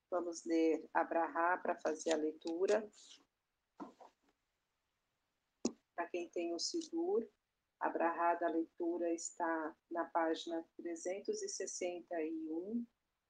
Vamos ler Abrahá para fazer a leitura. Para quem tem o Sidur, Abrahá da leitura está na página 361.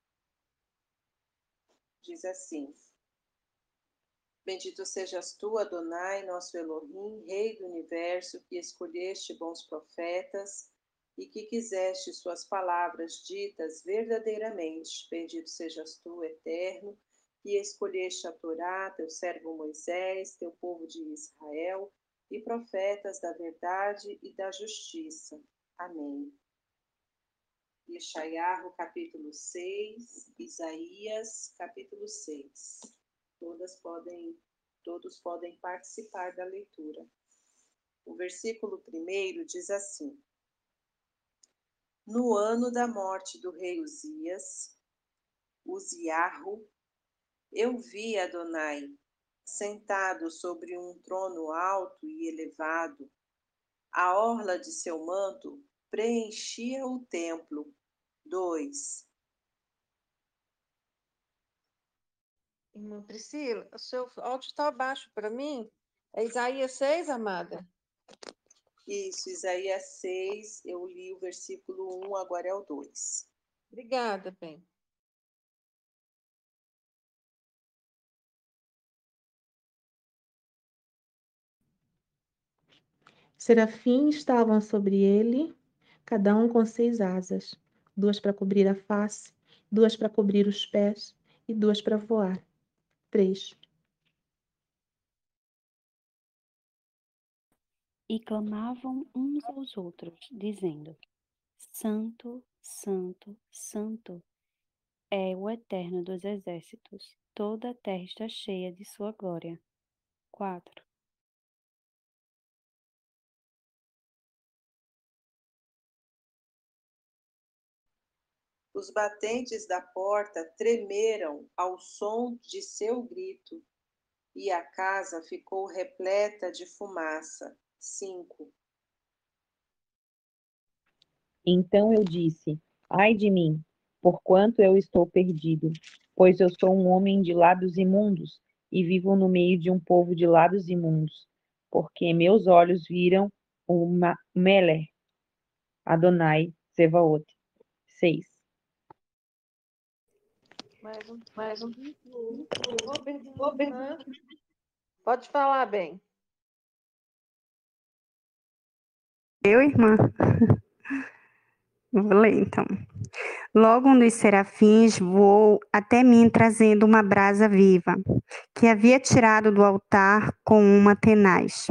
Diz assim: Bendito sejas tu, Adonai, nosso Elohim, Rei do universo, que escolheste bons profetas e que quiseste suas palavras ditas verdadeiramente. Bendito sejas tu, Eterno, que escolheste a Torá, teu servo Moisés, teu povo de Israel, e profetas da verdade e da justiça. Amém. Yeshayahu, capítulo 6, Isaías, capítulo 6. Todos podem participar da leitura. O versículo 1 diz assim: No ano da morte do rei Uziarro, eu vi Adonai sentado sobre um trono alto e elevado. A orla de seu manto preenchia o templo. 2. Irmã Priscila, o seu áudio está baixo para mim. É Isaías 6, amada? Isso, Isaías 6, eu li o versículo 1, agora é o 2. Obrigada, bem. Serafins estavam sobre ele, cada um com 6 asas, 2 para cobrir a face, 2 para cobrir os pés e 2 para voar. 3. E clamavam uns aos outros, dizendo: Santo, Santo, Santo é o Eterno dos Exércitos. Toda a terra está cheia de sua glória. 4. Os batentes da porta tremeram ao som de seu grito, e a casa ficou repleta de fumaça. 5. Então eu disse: Ai de mim, porquanto eu estou perdido, pois eu sou um homem de lábios imundos e vivo no meio de um povo de lábios imundos, porque meus olhos viram o Meler, Adonai Sevaot. 6. Mais um. Pode falar, bem. Eu, irmã? Vou ler, então. Logo um dos serafins voou até mim, trazendo uma brasa viva, que havia tirado do altar com uma tenaz.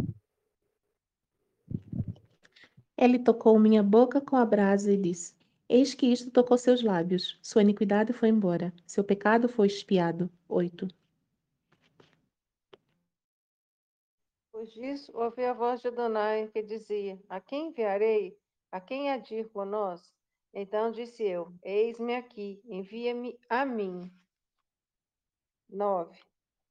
Ele tocou minha boca com a brasa e disse: Eis que isto tocou seus lábios. Sua iniquidade foi embora. Seu pecado foi expiado. 8. Depois disso, ouvi a voz de Adonai, que dizia: A quem enviarei? A quem há de ir por nós? Então disse eu: Eis-me aqui, envia-me a mim. 9.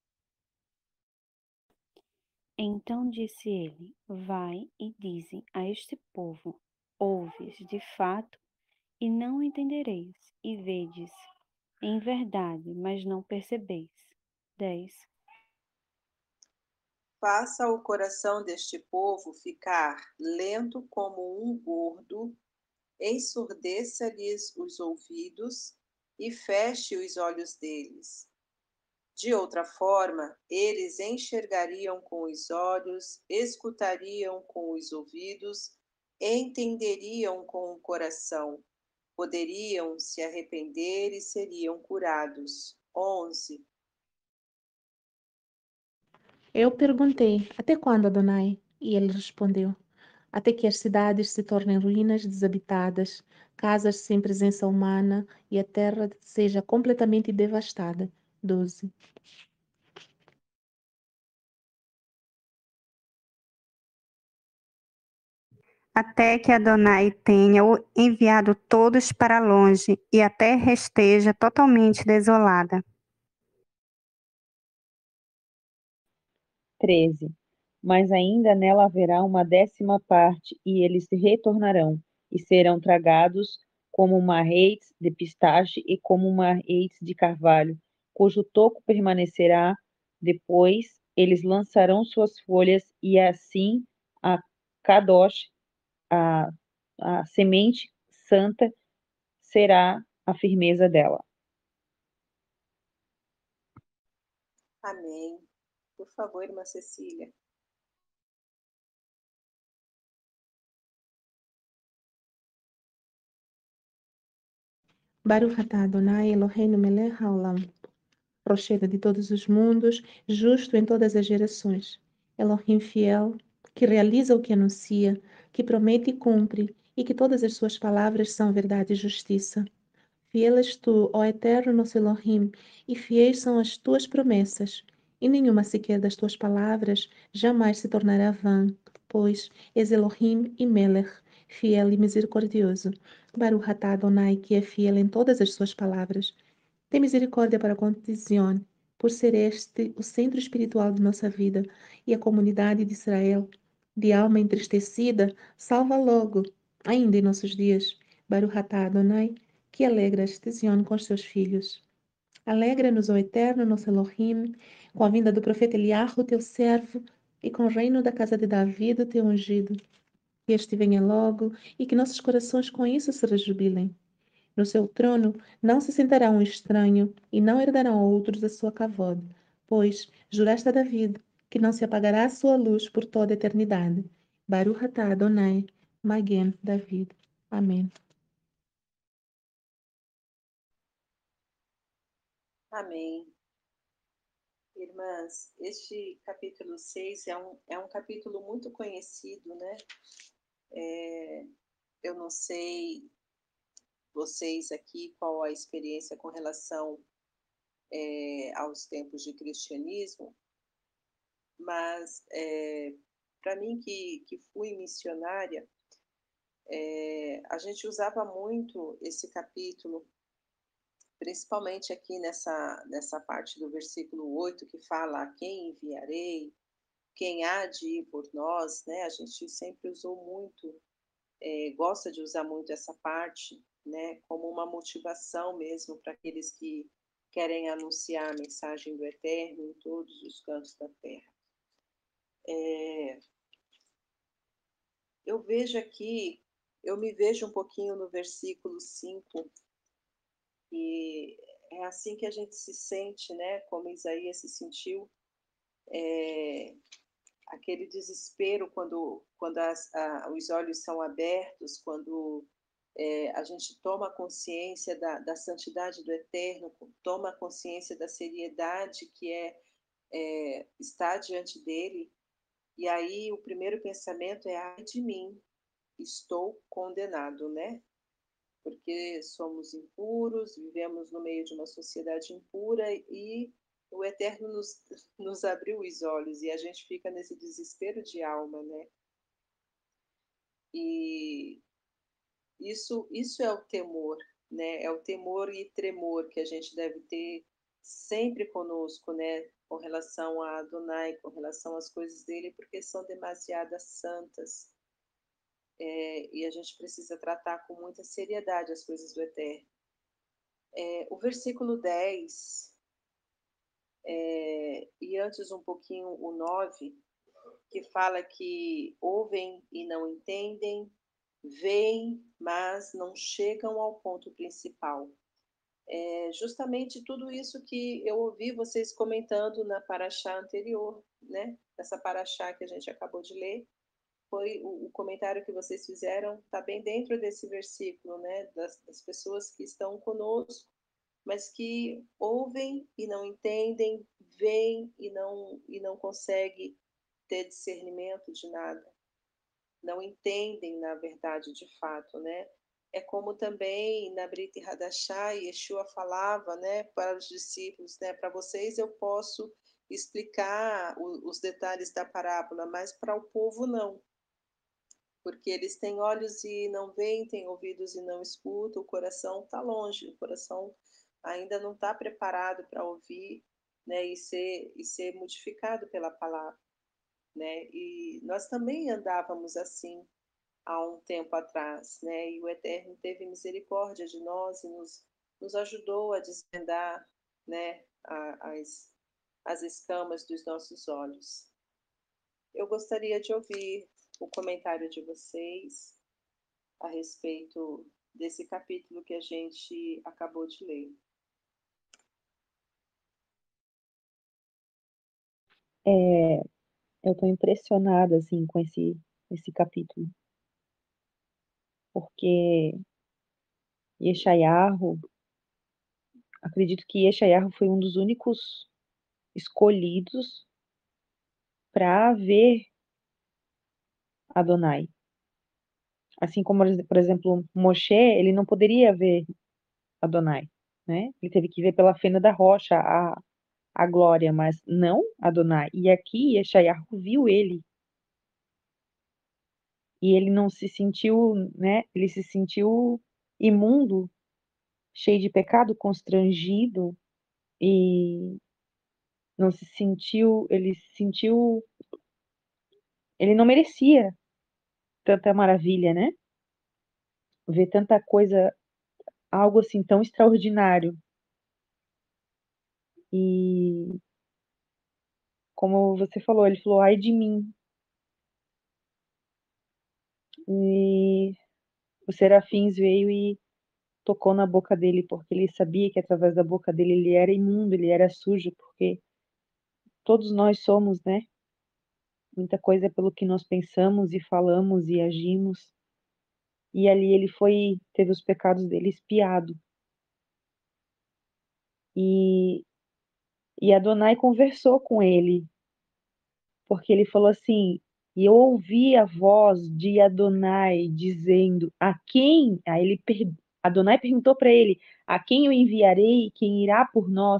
Então disse ele: Vai e dize a este povo: Ouves de fato e não entendereis, e vedes em verdade, mas não percebeis. 10. Faça o coração deste povo ficar lento como um gordo, ensurdeça-lhes os ouvidos e feche os olhos deles. De outra forma, eles enxergariam com os olhos, escutariam com os ouvidos, entenderiam com o coração, poderiam se arrepender e seriam curados. 11. Eu perguntei: Até quando, Adonai? E ele respondeu: Até que as cidades se tornem ruínas desabitadas, casas sem presença humana e a terra seja completamente devastada. 12. Até que Adonai tenha enviado todos para longe e a terra esteja totalmente desolada. 13. Mas ainda nela haverá uma 10ª parte, e eles retornarão, e serão tragados como uma raiz de pistache e como uma raiz de carvalho, cujo toco permanecerá, depois eles lançarão suas folhas, e assim a Kadosh, a, a semente santa, será a firmeza dela. Amém. Por favor, irmã Cecília. Baruch atah Adonai Eloheinu melech haolam, rochedo de todos os mundos, justo em todas as gerações. Elohim fiel, que realiza o que anuncia, que promete e cumpre, e que todas as suas palavras são verdade e justiça. Fiel és tu, ó Eterno nosso Elohim, e fiéis são as tuas promessas, e nenhuma sequer das tuas palavras jamais se tornará vã, pois és Elohim e Melech, fiel e misericordioso. Baruch atah Adonai, que é fiel em todas as suas palavras. Tem misericórdia para com Zion, por ser este o centro espiritual de nossa vida, e a comunidade de Israel, de alma entristecida, salva logo, ainda em nossos dias. Baruch atah Adonai, que alegras Zion com os seus filhos. Alegra-nos, ó Eterno, nosso Elohim, com a vinda do profeta Eliarro, teu servo, e com o reino da casa de Davi, do teu ungido. Que este venha logo, e que nossos corações com isso se rejubilem. No seu trono não se sentará um estranho, e não herdarão outros a sua kavod, pois juraste a David que não se apagará a sua luz por toda a eternidade. Baruch atah Adonai, Magen David. Amém. Amém. Irmãs, este capítulo 6 é um capítulo muito conhecido, né? Eu não sei vocês aqui qual a experiência com relação aos tempos de cristianismo, mas para mim que fui missionária, a gente usava muito esse capítulo, principalmente aqui nessa parte do versículo 8, que fala a quem enviarei, quem há de ir por nós, né? A gente sempre usou muito, gosta de usar muito essa parte, né? Como uma motivação mesmo para aqueles que querem anunciar a mensagem do Eterno em todos os cantos da terra. Eu vejo aqui, eu me vejo um pouquinho no versículo 5, e é assim que a gente se sente, né? Como Isaías se sentiu, aquele desespero quando os olhos são abertos, quando a gente toma consciência da santidade do Eterno, toma consciência da seriedade que é estar diante dele, e aí o primeiro pensamento é: ai de mim, estou condenado, né? Porque somos impuros, vivemos no meio de uma sociedade impura, e o Eterno nos abriu os olhos, e a gente fica nesse desespero de alma, né? E isso é o temor, né? É o temor e tremor que a gente deve ter sempre conosco, né? Com relação a Adonai, com relação às coisas dele, porque são demasiadas santas. E a gente precisa tratar com muita seriedade as coisas do Eterno. O versículo 10, e antes um pouquinho o 9, que fala que ouvem e não entendem, veem, mas não chegam ao ponto principal. É justamente tudo isso que eu ouvi vocês comentando na paraxá anterior, né? Essa paraxá que a gente acabou de ler, foi o comentário que vocês fizeram, está bem dentro desse versículo, né? Das pessoas que estão conosco, mas que ouvem e não entendem, veem e não conseguem ter discernimento de nada, não entendem, na verdade, de fato, né? É como também na Brit Hadashah, Yeshua falava, né, para os discípulos, né, para vocês eu posso explicar os detalhes da parábola, mas para o povo não, porque eles têm olhos e não veem, têm ouvidos e não escutam, o coração está longe, o coração ainda não está preparado para ouvir, né, e ser modificado pela palavra, né? E nós também andávamos assim há um tempo atrás, né? E o Eterno teve misericórdia de nós e nos ajudou a desvendar né, as escamas dos nossos olhos. Eu gostaria de ouvir o comentário de vocês a respeito desse capítulo que a gente acabou de ler. Eu estou impressionada assim com esse capítulo, porque Yeshayahu, acredito que Yeshayahu foi um dos únicos escolhidos para ver Adonai. Assim como, por exemplo, Moshe, ele não poderia ver Adonai, né? Ele teve que ver pela fenda da rocha a glória, mas não Adonai. E aqui Yeshayahu viu ele. E ele não se sentiu, né? Ele se sentiu imundo, cheio de pecado, constrangido e não se sentiu, ele não merecia tanta maravilha, né? Ver tanta coisa, algo assim tão extraordinário. E como você falou, ele falou, ai de mim. E os serafins veio e tocou na boca dele, porque ele sabia que através da boca dele ele era imundo, ele era sujo, porque todos nós somos, né? Muita coisa pelo que nós pensamos e falamos e agimos. E ali ele teve os pecados dele expiado. E, e Adonai conversou com ele, porque ele falou assim, e eu ouvi a voz de Adonai dizendo, a quem? Adonai perguntou para ele, a quem eu enviarei, quem irá por nós?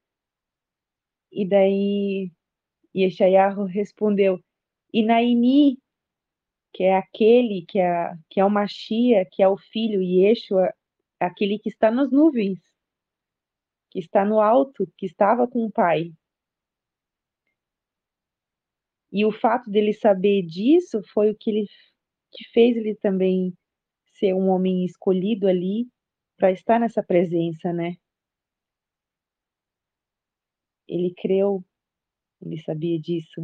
E daí Yeshayahu respondeu, Inaini, que é aquele que é o Mashiach, que é o filho Yeshua, aquele que está nas nuvens, que está no alto, que estava com o Pai. E o fato dele saber disso foi o que fez ele também ser um homem escolhido ali para estar nessa presença, né? Ele creu, ele sabia disso.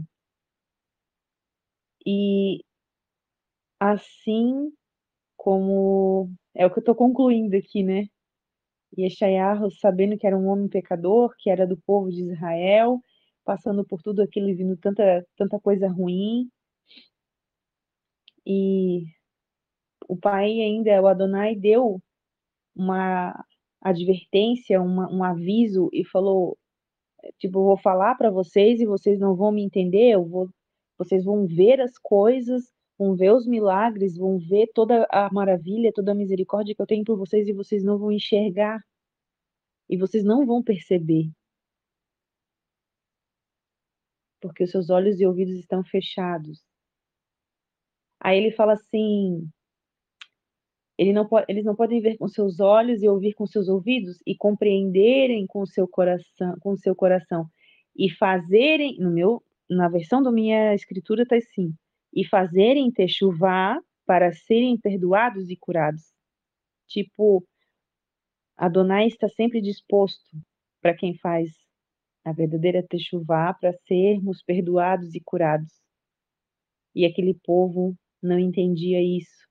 E assim como é o que eu estou concluindo aqui, né? Yeshayahu, sabendo que era um homem pecador, que era do povo de Israel, passando por tudo aquilo e vindo tanta coisa ruim. E o pai ainda, o Adonai, deu uma advertência, um aviso e falou, tipo, eu vou falar para vocês e vocês não vão me entender, vocês vão ver as coisas, vão ver os milagres, vão ver toda a maravilha, toda a misericórdia que eu tenho por vocês e vocês não vão enxergar e vocês não vão perceber, porque os seus olhos e ouvidos estão fechados. Aí ele fala assim, eles não podem ver com seus olhos e ouvir com seus ouvidos e compreenderem com o seu coração e fazerem, na versão da minha escritura está assim, e fazerem techuvá para serem perdoados e curados. Tipo, Adonai está sempre disposto para quem faz a verdadeira techuvá para sermos perdoados e curados. E aquele povo não entendia isso.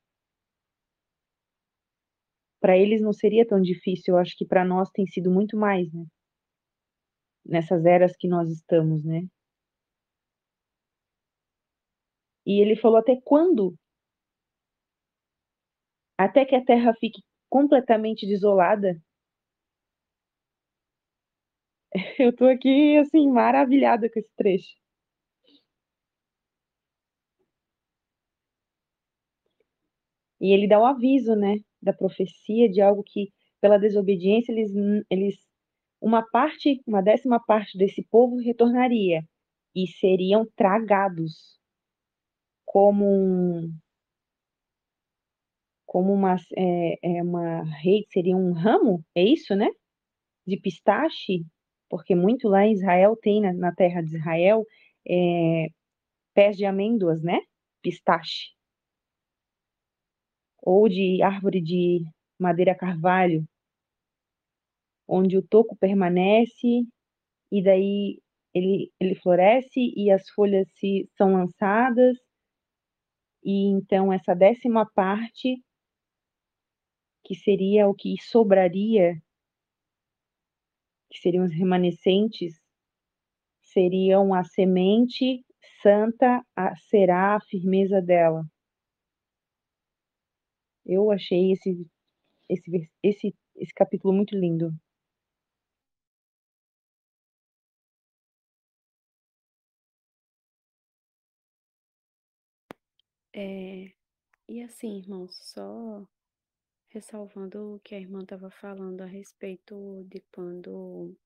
Para eles não seria tão difícil, eu acho que para nós tem sido muito mais, né? Nessas eras que nós estamos, né? E ele falou até quando? Até que a terra fique completamente desolada. Eu tô aqui, assim, maravilhada com esse trecho. E ele dá um aviso, né? Da profecia de algo que, pela desobediência, uma 10ª parte desse povo retornaria e seriam tragados como uma rede, seria um ramo, é isso, né? De pistache, porque muito lá em Israel tem, na terra de Israel, pés de amêndoas, né? Pistache. Ou de árvore de madeira carvalho. onde o toco permanece e daí ele floresce e as folhas são lançadas, e então essa 10ª parte, que seria o que sobraria, que seriam os remanescentes, seriam a semente santa, será a firmeza dela. Eu achei esse capítulo muito lindo. E assim, irmãos, só ressalvando o que a irmã estava falando a respeito de quando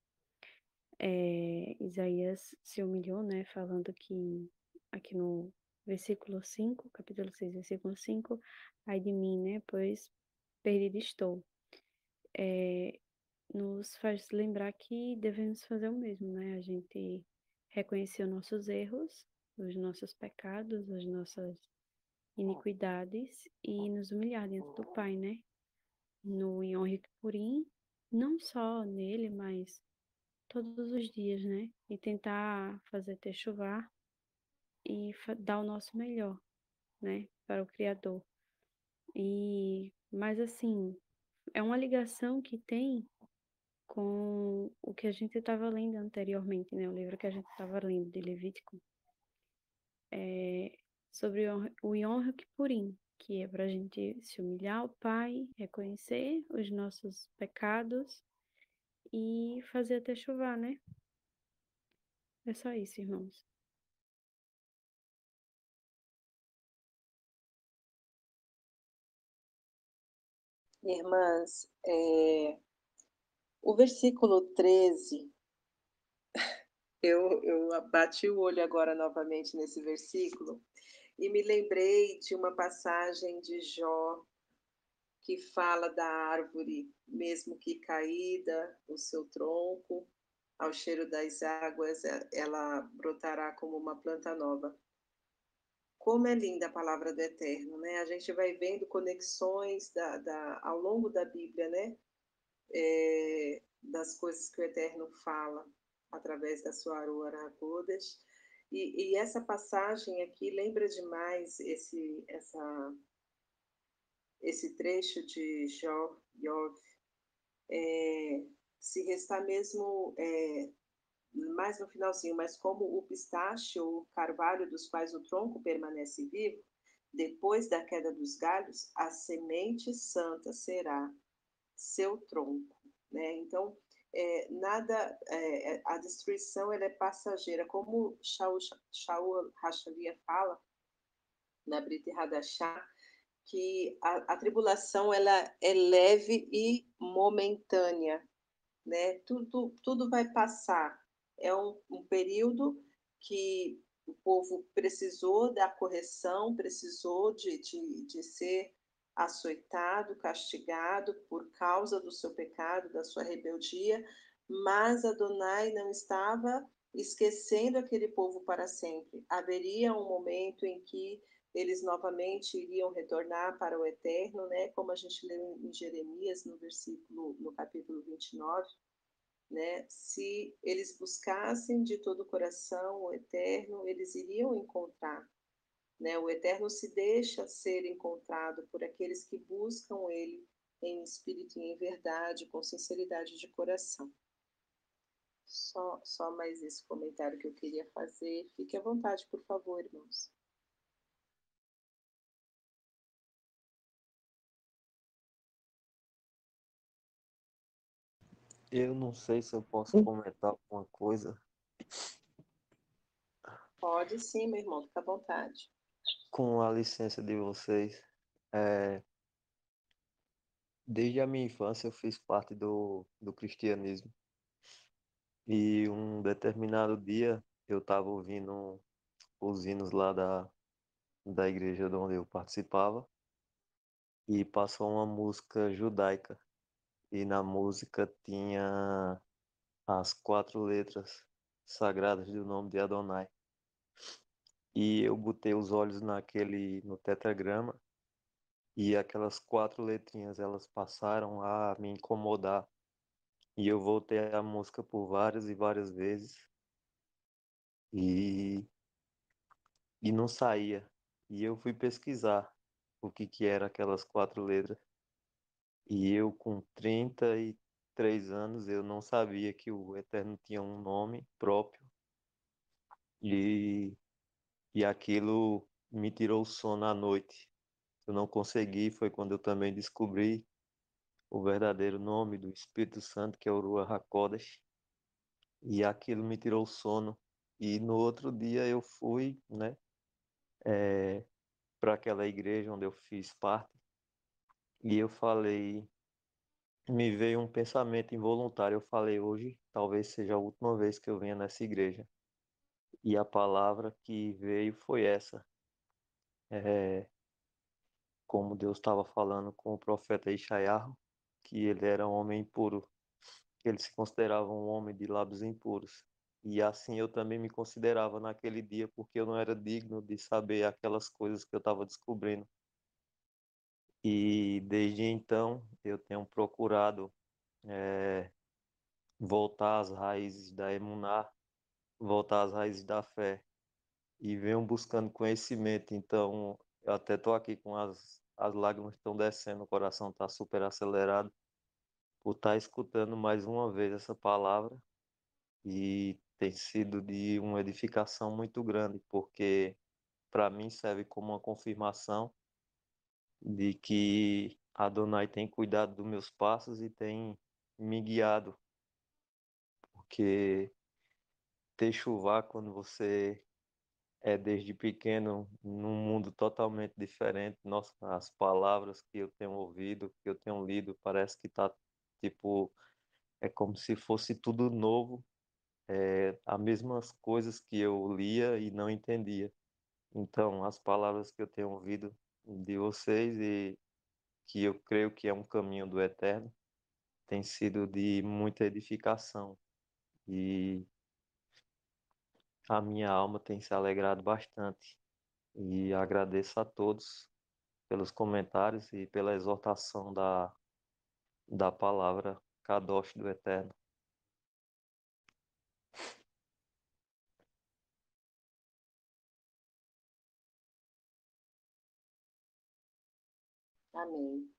Isaías se humilhou, né? Falando que aqui no versículo 5, capítulo 6, versículo 5, ai de mim, né? Pois perdido estou. Nos faz lembrar que devemos fazer o mesmo, né? A gente reconhecer os nossos erros, os nossos pecados, as nossas iniquidades e nos humilhar diante do Pai, né? No Yom Kippurim, não só nele, mas todos os dias, né? E tentar fazer techuvá e dar o nosso melhor, né? Para o Criador. Mas assim, é uma ligação que tem com o que a gente estava lendo anteriormente, né? O livro que a gente estava lendo de Levítico, sobre o Yom Kippurim, que é para a gente se humilhar ao Pai, reconhecer os nossos pecados e fazer até chuvar, né? É só isso, irmãos. Irmãs, o versículo 13, eu bati o olho agora novamente nesse versículo e me lembrei de uma passagem de Jó que fala da árvore, mesmo que caída, o seu tronco, ao cheiro das águas, ela brotará como uma planta nova. Como é linda a palavra do Eterno, né? A gente vai vendo conexões ao longo da Bíblia, né? Das coisas que o Eterno fala através da sua Aruara Kodesh. E essa passagem aqui lembra demais esse trecho de Jov, se restar mesmo mais no finalzinho, mas como o pistache ou o carvalho dos quais o tronco permanece vivo, depois da queda dos galhos, a semente santa será seu tronco, né? Então, a destruição ela é passageira, como Shaul Hashavia fala na Brita Hadashah, que a tribulação ela é leve e momentânea, né? Tudo vai passar. É um período que o povo precisou da correção, precisou de ser açoitado, castigado por causa do seu pecado, da sua rebeldia, mas Adonai não estava esquecendo aquele povo para sempre. Haveria um momento em que eles novamente iriam retornar para o eterno, né? Como a gente leu em Jeremias, no capítulo 29, né? Se eles buscassem de todo o coração o eterno, eles iriam encontrar, né? O eterno se deixa ser encontrado por aqueles que buscam ele em espírito e em verdade, com sinceridade de coração. Só mais esse comentário que eu queria fazer. Fique à vontade, por favor, irmãos. Eu não sei se eu posso comentar alguma coisa. Pode sim, meu irmão, fica à vontade. Com a licença de vocês. Desde a minha infância eu fiz parte do cristianismo. E um determinado dia eu estava ouvindo os hinos lá da igreja de onde eu participava. E passou uma música judaica. E na música tinha as 4 letras sagradas do nome de Adonai. E eu botei os olhos no tetragrama, e aquelas 4 letrinhas elas passaram a me incomodar E eu voltei à música por várias e várias vezes e, e não saía. E eu fui pesquisar o que era aquelas 4 letras. E eu, com 33 anos, eu não sabia que o Eterno tinha um nome próprio. E, e aquilo me tirou o sono à noite. Eu não consegui, foi quando eu também descobri o verdadeiro nome do Espírito Santo, que é o Ruach HaKodesh. E aquilo me tirou o sono. E no outro dia eu fui, né, para aquela igreja onde eu fiz parte. E eu falei, me veio um pensamento involuntário. Eu falei, hoje talvez seja a última vez que eu venha nessa igreja. E a palavra que veio foi essa. É, como Deus estava falando com o profeta Ishayahu, que ele era um homem impuro, que ele se considerava um homem de lábios impuros. E assim eu também me considerava naquele dia, porque eu não era digno de saber aquelas coisas que eu estava descobrindo. E desde então eu tenho procurado é, voltar às raízes da emuná, voltar às raízes da fé e venho buscando conhecimento. Então eu até estou aqui com as lágrimas estão descendo, o coração está super acelerado por estar escutando mais uma vez essa palavra e tem sido de uma edificação muito grande, porque para mim serve como uma confirmação de que Adonai tem cuidado dos meus passos e tem me guiado, porque techuvá, quando você é desde pequeno num mundo totalmente diferente, nossa, as palavras que eu tenho ouvido, que eu tenho lido, parece que tá tipo, é como se fosse tudo novo, as mesmas coisas que eu lia e não entendia. Então, as palavras que eu tenho ouvido de vocês e que eu creio que é um caminho do eterno, tem sido de muita edificação e a minha alma tem se alegrado bastante. E agradeço a todos pelos comentários e pela exortação da palavra Kadosh do Eterno. Amém.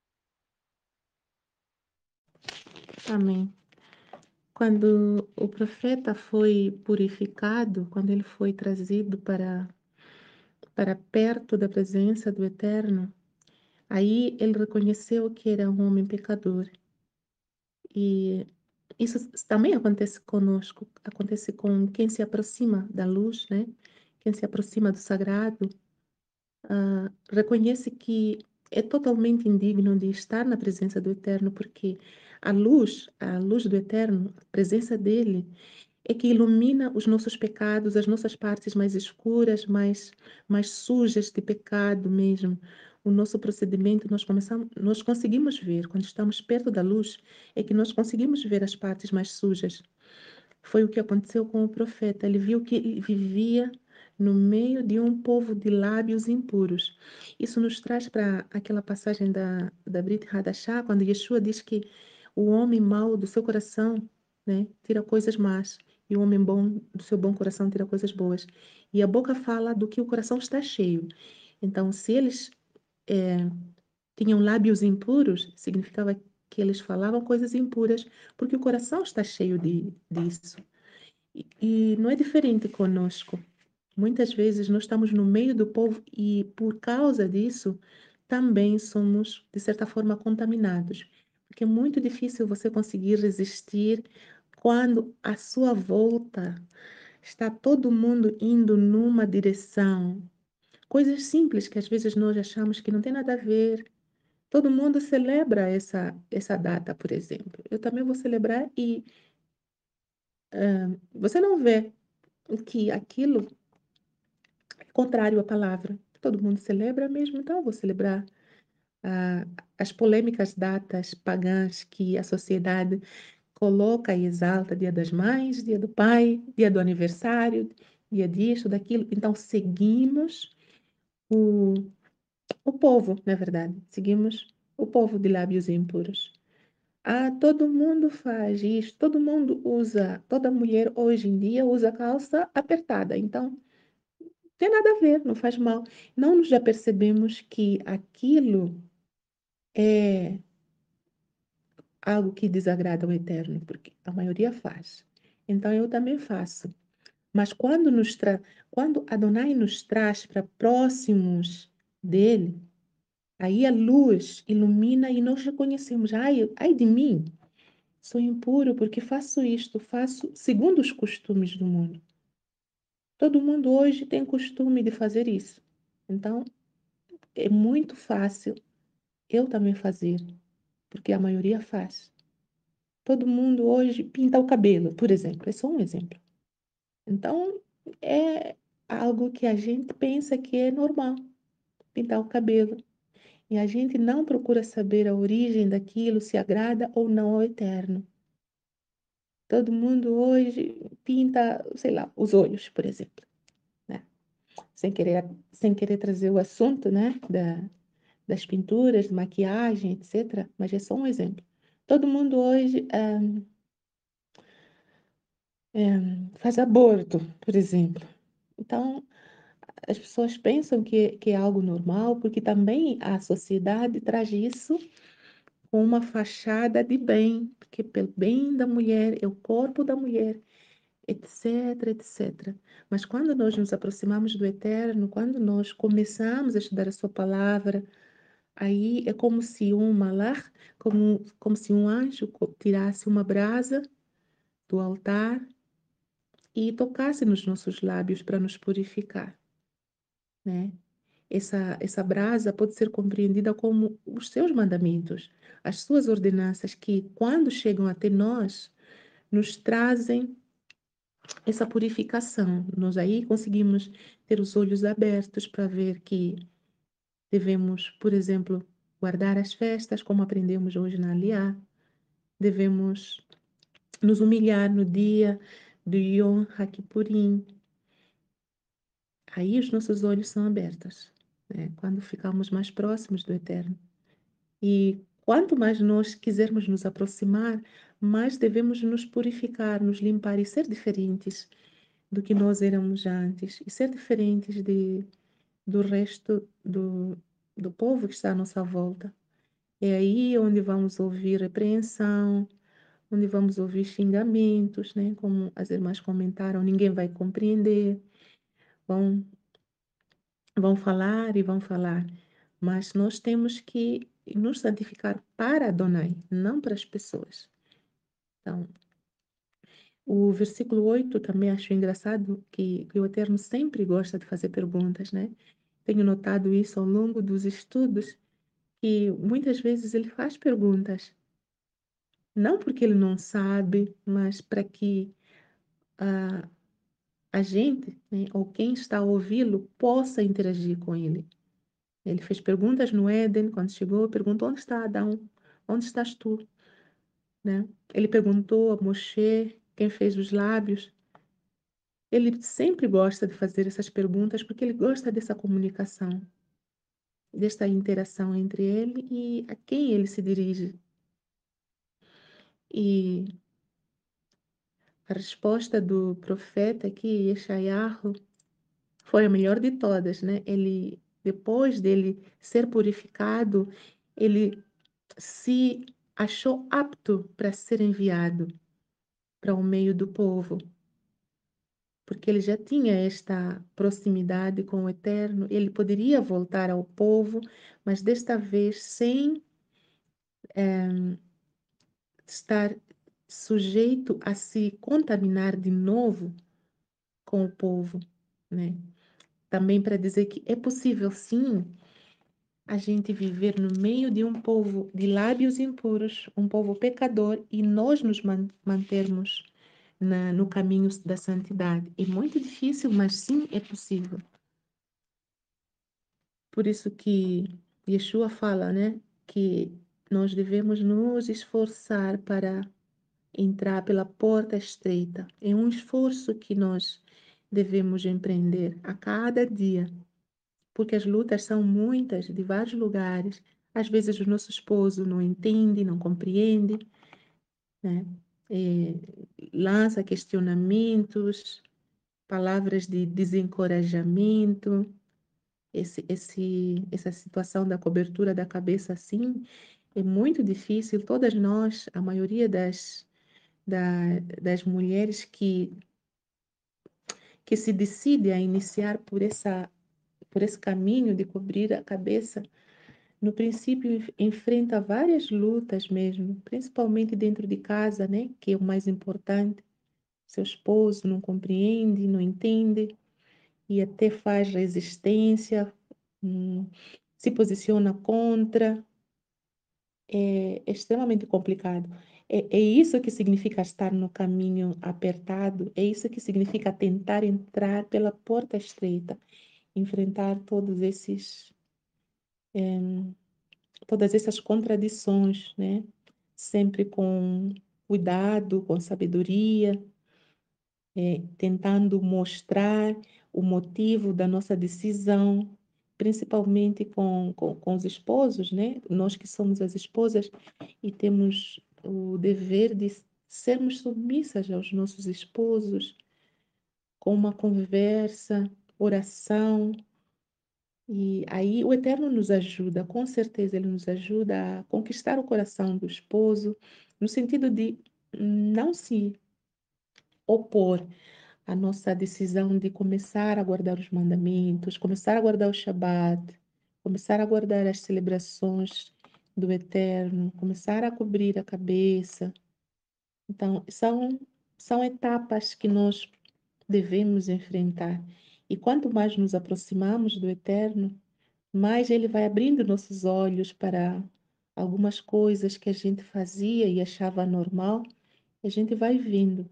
Amém. Quando o profeta foi purificado, quando ele foi trazido para perto da presença do Eterno, aí ele reconheceu que era um homem pecador. E isso também acontece conosco, acontece com quem se aproxima da luz, né? Quem se aproxima do sagrado, reconhece que é totalmente indigno de estar na presença do Eterno, porque a luz do Eterno, a presença dele, é que ilumina os nossos pecados, as nossas partes mais escuras, mais sujas de pecado mesmo. O nosso procedimento, nós conseguimos ver, quando estamos perto da luz, é que nós conseguimos ver as partes mais sujas. Foi o que aconteceu com o profeta. Ele viu que ele vivia no meio de um povo de lábios impuros. Isso nos traz para aquela passagem da Brit Hadashah, quando Yeshua diz que o homem mau do seu coração, né, tira coisas más, e o homem bom do seu bom coração tira coisas boas. E a boca fala do que o coração está cheio. Então, se eles tinham lábios impuros, significava que eles falavam coisas impuras, porque o coração está cheio disso. E não é diferente conosco. Muitas vezes nós estamos no meio do povo e, por causa disso, também somos, de certa forma, contaminados. Porque é muito difícil você conseguir resistir quando à sua volta está todo mundo indo numa direção. Coisas simples que às vezes nós achamos que não tem nada a ver. Todo mundo celebra essa data, por exemplo. Eu também vou celebrar e você não vê que aquilo é contrário à palavra. Todo mundo celebra mesmo, então eu vou celebrar ah, as polêmicas datas pagãs que a sociedade coloca e exalta, Dia das Mães, Dia do Pai, Dia do Aniversário, dia disto, daquilo. Então seguimos o, o povo, na verdade, seguimos o povo de lábios impuros. Ah, todo mundo faz isso, todo mundo usa, toda mulher hoje em dia usa calça apertada, então não tem nada a ver, não faz mal. Não nos já percebemos que aquilo é algo que desagrada ao Eterno, porque a maioria faz. Então eu também faço. Mas quando Adonai nos traz para próximos dele, aí a luz ilumina e nós reconhecemos, ai de mim, sou impuro porque faço isto, faço segundo os costumes do mundo. Todo mundo hoje tem costume de fazer isso. Então, é muito fácil eu também fazer, porque a maioria faz. Todo mundo hoje pinta o cabelo, por exemplo, é só um exemplo. Então, é algo que a gente pensa que é normal, pintar o cabelo. E a gente não procura saber a origem daquilo, se agrada ou não ao Eterno. Todo mundo hoje pinta, sei lá, os olhos, por exemplo, né? Sem querer trazer o assunto, né, das pinturas, maquiagem, etc. Mas é só um exemplo. Todo mundo hoje faz aborto, por exemplo. Então, as pessoas pensam que é algo normal, porque também a sociedade traz isso com uma fachada de bem, porque pelo bem da mulher, é o corpo da mulher, etc, etc. Mas quando nós nos aproximamos do Eterno, quando nós começamos a estudar a sua palavra, aí é como se um malach, como se um anjo tirasse uma brasa do altar e tocasse nos nossos lábios para nos purificar, né? Essa brasa pode ser compreendida como os seus mandamentos, as suas ordenanças, que, quando chegam até nós, nos trazem essa purificação. Nós aí conseguimos ter os olhos abertos para ver que devemos, por exemplo, guardar as festas, como aprendemos hoje na Aliá, devemos nos humilhar no dia do Yom HaKippurim. Aí os nossos olhos são abertos, né? Quando ficamos mais próximos do Eterno. E quanto mais nós quisermos nos aproximar, mais devemos nos purificar, nos limpar e ser diferentes do que nós éramos antes, e ser diferentes do resto do povo que está à nossa volta. É aí onde vamos ouvir repreensão, onde vamos ouvir xingamentos, né? Como as irmãs comentaram, ninguém vai compreender, vão, vão falar e vão falar. Mas nós temos que nos santificar para Adonai, não para as pessoas. Então, o versículo 8 também acho engraçado que o Eterno sempre gosta de fazer perguntas, né? Tenho notado isso ao longo dos estudos, que muitas vezes ele faz perguntas, não porque ele não sabe, mas para que a, a gente, né, ou quem está a ouvi-lo, possa interagir com ele. Ele fez perguntas no Éden, quando chegou, perguntou: onde está Adão? Onde estás tu? Né? Ele perguntou a Moshe, quem fez os lábios. Ele sempre gosta de fazer essas perguntas porque ele gosta dessa comunicação, desta interação entre ele e a quem ele se dirige. E a resposta do profeta aqui, Yeshayahu, foi a melhor de todas, né? Ele, depois dele ser purificado, ele se achou apto para ser enviado para o meio do povo, porque ele já tinha esta proximidade com o Eterno, ele poderia voltar ao povo, mas desta vez sem estar sujeito a se contaminar de novo com o povo, né? Também para dizer que é possível, sim, a gente viver no meio de um povo de lábios impuros, um povo pecador, e nós nos mantermos no caminho da santidade. É muito difícil, mas sim é possível. Por isso que Yeshua fala, né, que nós devemos nos esforçar para entrar pela porta estreita. É um esforço que nós devemos empreender a cada dia, porque as lutas são muitas, de vários lugares. Às vezes o nosso esposo não entende, não compreende, né? Lança questionamentos, palavras de desencorajamento, essa situação da cobertura da cabeça assim é muito difícil. Todas nós, a maioria das mulheres que se decide a iniciar por esse caminho de cobrir a cabeça, no princípio enfrenta várias lutas mesmo, principalmente dentro de casa, né? Que é o mais importante. Seu esposo não compreende, não entende e até faz resistência, hum, se posiciona contra. É extremamente complicado. É isso que significa estar no caminho apertado, é isso que significa tentar entrar pela porta estreita, enfrentar todas essas contradições, né? Sempre com cuidado, com sabedoria, tentando mostrar o motivo da nossa decisão, principalmente com os esposos, né? Nós que somos as esposas e temos o dever de sermos submissas aos nossos esposos, com uma conversa, oração. E aí o Eterno nos ajuda, com certeza ele nos ajuda a conquistar o coração do esposo, no sentido de não se opor à nossa decisão de começar a guardar os mandamentos, começar a guardar o Shabat, começar a guardar as celebrações do Eterno, começar a cobrir a cabeça. Então, são etapas que nós devemos enfrentar. E quanto mais nos aproximamos do Eterno, mais Ele vai abrindo nossos olhos para algumas coisas que a gente fazia e achava normal, e a gente vai vendo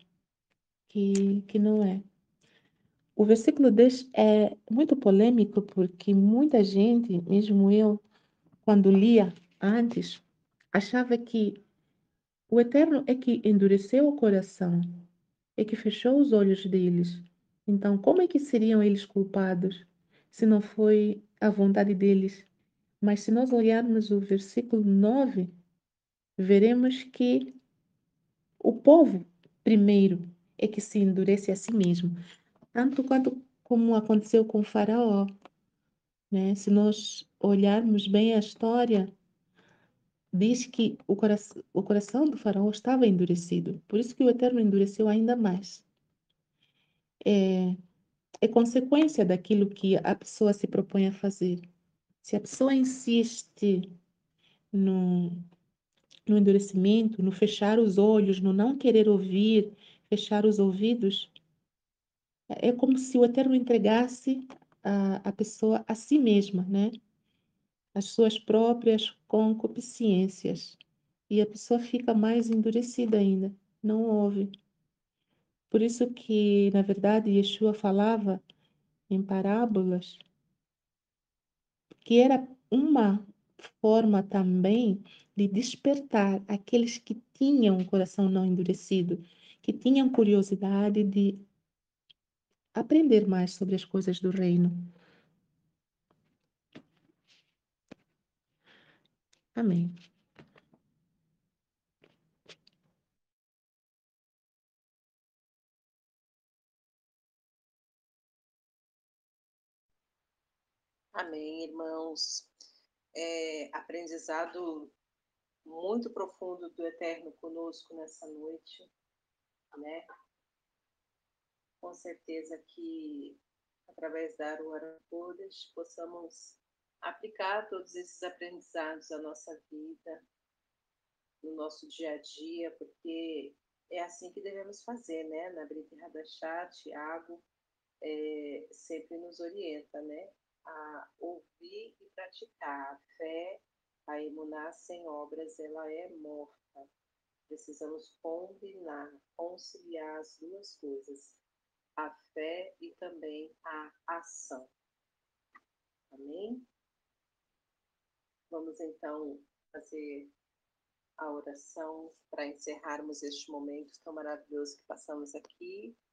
que não é. O versículo 10 é muito polêmico porque muita gente, mesmo eu, quando lia antes, achava que o Eterno é que endureceu o coração, é que fechou os olhos deles. Então, como é que seriam eles culpados se não foi a vontade deles? Mas se nós olharmos o versículo 9, veremos que o povo, primeiro, é que se endurece a si mesmo, tanto quanto como aconteceu com o Faraó, né? Se nós olharmos bem a história, diz que o coração do Faraó estava endurecido, por isso que o Eterno endureceu ainda mais. É, é consequência daquilo que a pessoa se propõe a fazer. Se a pessoa insiste no, no endurecimento, no fechar os olhos, no não querer ouvir, fechar os ouvidos, é como se o Eterno entregasse a pessoa a si mesma, né? As suas próprias concupiscências. E a pessoa fica mais endurecida ainda, não ouve. Por isso que, na verdade, Yeshua falava em parábolas que era uma forma também de despertar aqueles que tinham o coração não endurecido, que tinham curiosidade de aprender mais sobre as coisas do reino. Amém. Amém, irmãos. Aprendizado muito profundo do Eterno conosco nessa noite, né? Com certeza que, através da Aruara Kodesh, possamos aplicar todos esses aprendizados à nossa vida, no nosso dia a dia, porque é assim que devemos fazer, né? Na Brit Hadashah, Tiago sempre nos orienta, né? A ouvir e praticar. A fé, a emuná sem obras, ela é morta. Precisamos combinar, conciliar as duas coisas, a fé e também a ação. Amém? Vamos então fazer a oração para encerrarmos este momento tão maravilhoso que passamos aqui.